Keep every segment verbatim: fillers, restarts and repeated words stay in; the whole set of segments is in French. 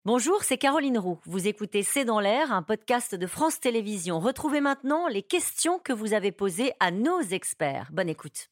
Bonjour, c'est Caroline Roux. Vous écoutez C'est dans l'air, un podcast de France Télévisions. Retrouvez maintenant les questions que vous avez posées à nos experts. Bonne écoute.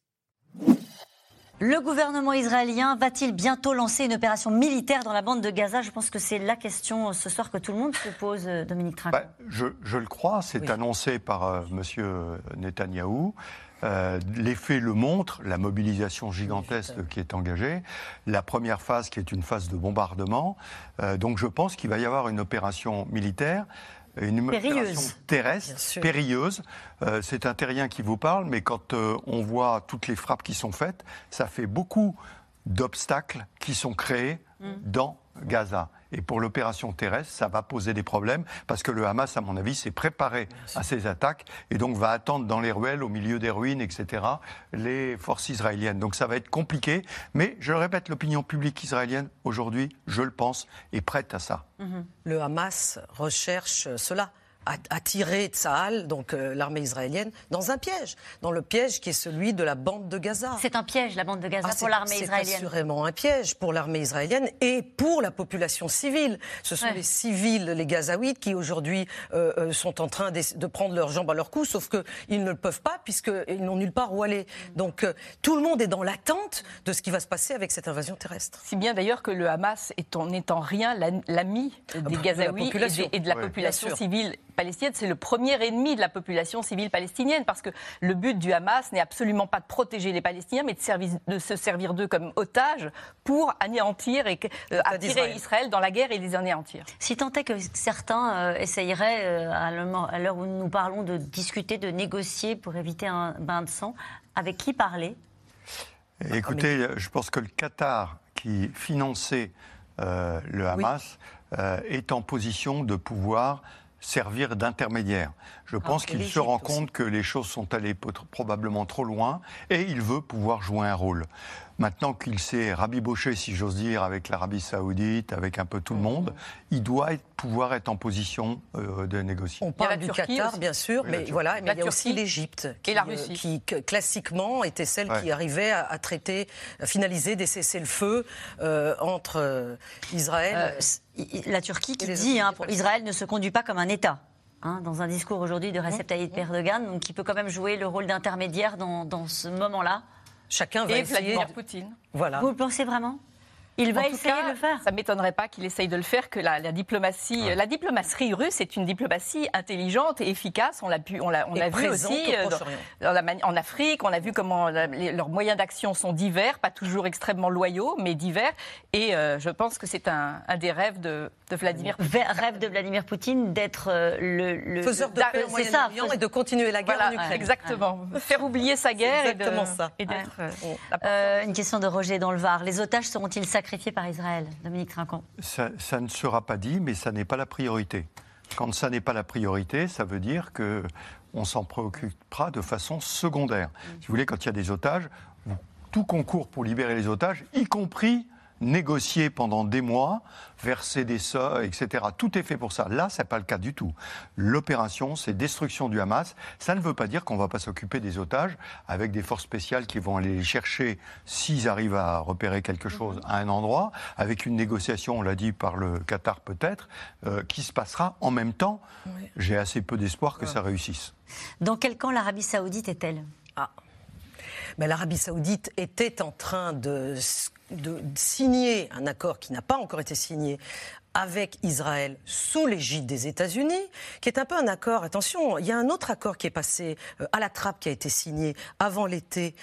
Le gouvernement israélien va-t-il bientôt lancer une opération militaire dans la bande de Gaza ? Je pense que c'est la question ce soir que tout le monde se pose, Dominique Trinquant. Bah, je, je le crois, c'est oui. annoncé par euh, M. Netanyahou. Euh, les faits le montrent, la mobilisation gigantesque qui est engagée, la première phase qui est une phase de bombardement. Euh, donc je pense qu'il va y avoir une opération militaire, une périlleuse. opération terrestre, périlleuse. Euh, c'est un terrien qui vous parle, mais quand euh, on voit toutes les frappes qui sont faites, ça fait beaucoup d'obstacles qui sont créés mmh. dans Gaza. Et pour l'opération terrestre, ça va poser des problèmes parce que le Hamas, à mon avis, s'est préparé à ces attaques et donc va attendre dans les ruelles, au milieu des ruines, et cetera, les forces israéliennes. Donc ça va être compliqué. Mais je le répète, l'opinion publique israélienne, aujourd'hui, je le pense, est prête à ça. Mmh. Le Hamas recherche cela. Attirer Tsahal, donc euh, l'armée israélienne, dans un piège, dans le piège qui est celui de la bande de Gaza. C'est un piège, la bande de Gaza, ah, pour l'armée israélienne. C'est assurément un piège pour l'armée israélienne et pour la population civile. Ce sont ouais. les civils, les Gazaouites, qui aujourd'hui euh, sont en train de, de prendre leurs jambes à leur cou, sauf qu'ils ne le peuvent pas puisqu'ils n'ont nulle part où aller. Donc euh, tout le monde est dans l'attente de ce qui va se passer avec cette invasion terrestre. Si bien d'ailleurs que le Hamas est en, est en rien l'ami des Gazaouis et, des, et de la ouais. population civile palestinienne. C'est le premier ennemi de la population civile palestinienne parce que le but du Hamas n'est absolument pas de protéger les Palestiniens mais de, servir, de se servir d'eux comme otages pour anéantir et euh, attirer Israël dans la guerre et les anéantir. Si tant est que certains euh, essayeraient, euh, à l'heure où nous parlons, de discuter, de négocier pour éviter un bain de sang, avec qui parler ? Écoutez, je pense que le Qatar, qui finançait euh, le Hamas, oui. euh, est en position de pouvoir servir d'intermédiaire. Je pense ah, qu'il se rend compte aussi. que les choses sont allées probablement trop loin et il veut pouvoir jouer un rôle. Maintenant qu'il s'est rabiboché, si j'ose dire, avec l'Arabie Saoudite, avec un peu tout le monde, mmh. il doit être, pouvoir être en position euh, de négocier. On parle du Qatar, aussi. bien sûr, oui, mais voilà, mais il y a aussi l'Égypte, qui, la Russie. qui classiquement était celle ouais. qui arrivait à, à traiter, à finaliser des cessez-le-feu euh, entre euh, Israël. Euh, la Turquie qui dit hein, pour Israël ne se conduit pas comme un État. Hein, dans un discours aujourd'hui de Recep Tayyip Erdogan, donc qui peut quand même jouer le rôle d'intermédiaire dans, dans ce moment-là. Chacun va et essayer. Vladimir Poutine. Voilà. Vous le pensez vraiment ? Il va en essayer cas, de le faire. Ça ne m'étonnerait pas qu'il essaye de le faire, que la, la diplomatie, ouais. la diplomatie russe est une diplomatie intelligente et efficace. On l'a pu, on l'a, on l'a vu aussi dans, dans la, en Afrique. On a vu comment la, les, leurs moyens d'action sont divers, pas toujours extrêmement loyaux, mais divers. Et euh, je pense que c'est un, un des rêves de, de Vladimir Poutine. Rêve de Vladimir Poutine d'être euh, le, le faiseur de paix au Moyen-Orient et de continuer la guerre voilà, en Ukraine. Exactement. Ouais. Faire oublier sa guerre c'est exactement et, de, ça. et d'être. Ouais. Euh, euh, une question de Roger dans le Var. Les otages seront-ils sacrifiés par Israël ? Dominique Trinquant. Ça, ça ne sera pas dit, mais ça n'est pas la priorité. Quand ça n'est pas la priorité, ça veut dire qu'on s'en préoccupera de façon secondaire. Mmh. Si vous voulez, quand il y a des otages, tout concourt pour libérer les otages, y compris négocier pendant des mois, verser des sommes, et cetera. Tout est fait pour ça. Là, ce n'est pas le cas du tout. L'opération, c'est destruction du Hamas. Ça ne veut pas dire qu'on ne va pas s'occuper des otages avec des forces spéciales qui vont aller les chercher s'ils arrivent à repérer quelque chose à un endroit, avec une négociation, on l'a dit, par le Qatar peut-être, euh, qui se passera en même temps. Oui. J'ai assez peu d'espoir que ouais. ça réussisse. Dans quel camp l'Arabie Saoudite est-elle ? Ah. Mais l'Arabie Saoudite était en train de, de signer un accord qui n'a pas encore été signé avec Israël sous l'égide des États-Unis, qui est un peu un accord. Attention, il y a un autre accord qui est passé euh, à la trappe, qui a été signé avant l'été,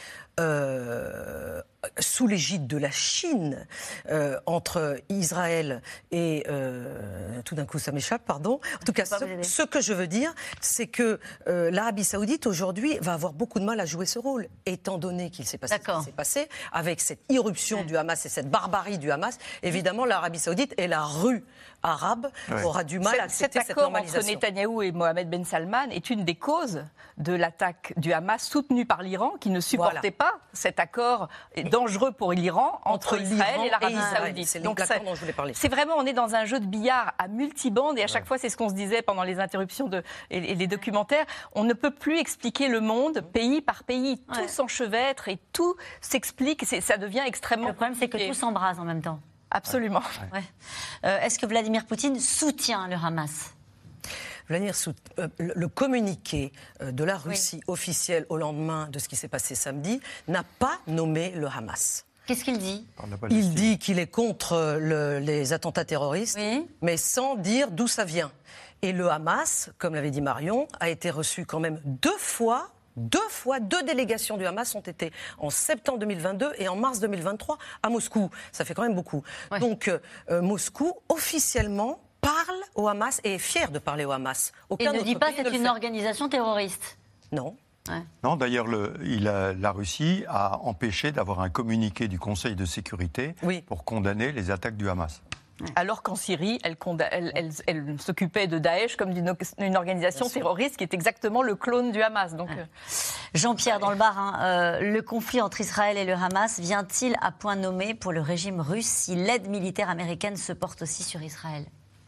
euh, sous l'égide de la Chine, euh, entre Israël et... Euh, tout d'un coup, ça m'échappe, pardon. En tout cas, ce, ce que je veux dire, c'est que euh, l'Arabie Saoudite, aujourd'hui, va avoir beaucoup de mal à jouer ce rôle, étant donné qu'il s'est passé ce qui s'est passé, avec cette irruption ouais. du Hamas et cette barbarie du Hamas. Évidemment, l'Arabie Saoudite et la rue arabe ouais. aura du mal à accepter cette normalisation. Cet accord entre Netanyahou et Mohamed Ben Salman est une des causes de l'attaque du Hamas soutenue par l'Iran, qui ne supportait voilà. pas cet accord dangereux pour l'Iran entre, entre Israël et l'Arabie Saoudite. C'est donc dont je voulais parler. C'est vraiment, on est dans un jeu de billard à multibandes et à chaque ouais. fois, c'est ce qu'on se disait pendant les interruptions de, et, et les documentaires. On ne peut plus expliquer le monde pays par pays. Tout ouais. s'enchevêtre et tout s'explique. C'est, ça devient extrêmement. Le problème, compliqué. c'est que tout s'embrase en même temps. Absolument. Ouais. Euh, est-ce que Vladimir Poutine soutient le Hamas ? Vladimir, euh, le communiqué de la Russie oui. officiel au lendemain de ce qui s'est passé samedi n'a pas nommé le Hamas. Qu'est-ce qu'il dit ? Il dit qu'il est contre le, les attentats terroristes, oui. mais sans dire d'où ça vient. Et le Hamas, comme l'avait dit Marion, a été reçu quand même deux fois. Deux fois, deux délégations du Hamas ont été en septembre deux mille vingt-deux et en mars deux mille vingt-trois à Moscou. Ça fait quand même beaucoup. Ouais. Donc, euh, Moscou, officiellement, parle au Hamas et est fier de parler au Hamas. Aucun et ne dit pas que c'est une organisation terroriste. Non. Ouais. Non, d'ailleurs, le, il a, la Russie a empêché d'avoir un communiqué du Conseil de sécurité oui. pour condamner les attaques du Hamas. Alors qu'en Syrie, elle, elle, elle, elle s'occupait de Daesh comme d'une une organisation terroriste qui est exactement le clone du Hamas. Donc, ouais. Jean-Pierre, dans le Bas-Rhin, euh, le conflit entre Israël et le Hamas vient-il à point nommé pour le régime russe si l'aide militaire américaine se porte aussi sur Israël ?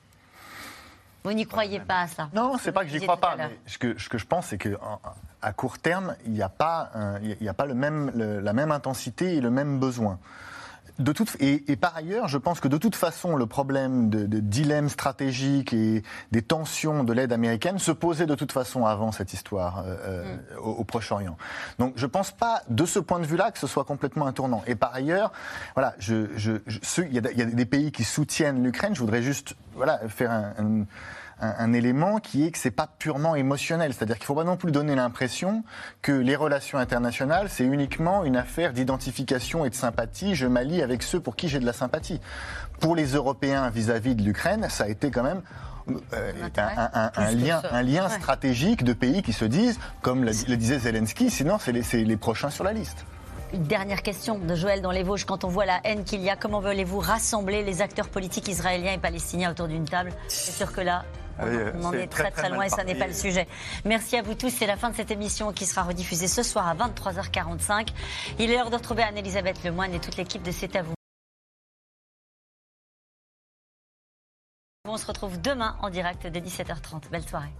Vous n'y croyez pas à ça ? Non, c'est pas que j'y crois pas. Mais ce, que, ce que je pense, c'est qu'à court terme, il n'y a pas, il y a pas le même, le, la même intensité et le même besoin. De toute, et, et par ailleurs, je pense que de toute façon, le problème de, de dilemme stratégique et des tensions de l'aide américaine se posait de toute façon avant cette histoire euh, mm. au, au Proche-Orient. Donc, je pense pas, de ce point de vue-là, que ce soit complètement un tournant. Et par ailleurs, voilà, je, je, je, ce, il y a, il y a des pays qui soutiennent l'Ukraine. Je voudrais juste, voilà, faire un, un Un, un élément qui est que c'est pas purement émotionnel, c'est-à-dire qu'il faut pas non plus donner l'impression que les relations internationales c'est uniquement une affaire d'identification et de sympathie. Je m'allie avec ceux pour qui j'ai de la sympathie. Pour les Européens vis-à-vis de l'Ukraine, ça a été quand même euh, un, un, un, lien, un lien ouais. stratégique de pays qui se disent, comme le, le disait Zelensky, sinon c'est les, c'est les prochains sur la liste. Une dernière question de Joël dans les Vosges. Quand on voit la haine qu'il y a, comment voulez-vous rassembler les acteurs politiques israéliens et palestiniens autour d'une table ? C'est sûr que là, on, oui, on en est, est très très, très loin et ça n'est pas le sujet. Merci à vous tous. C'est la fin de cette émission qui sera rediffusée ce soir à vingt-trois heures quarante-cinq. Il est l'heure de retrouver Anne-Elisabeth Lemoine et toute l'équipe de C'est à vous. On se retrouve demain en direct dès dix-sept heures trente. Belle soirée.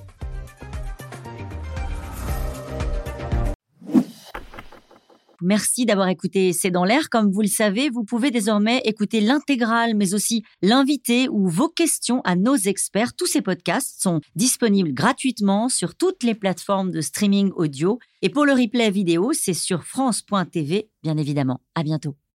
Merci d'avoir écouté C'est dans l'air. Comme vous le savez, vous pouvez désormais écouter l'intégrale, mais aussi l'invité ou vos questions à nos experts. Tous ces podcasts sont disponibles gratuitement sur toutes les plateformes de streaming audio. Et pour le replay vidéo, c'est sur France point T V, bien évidemment. À bientôt.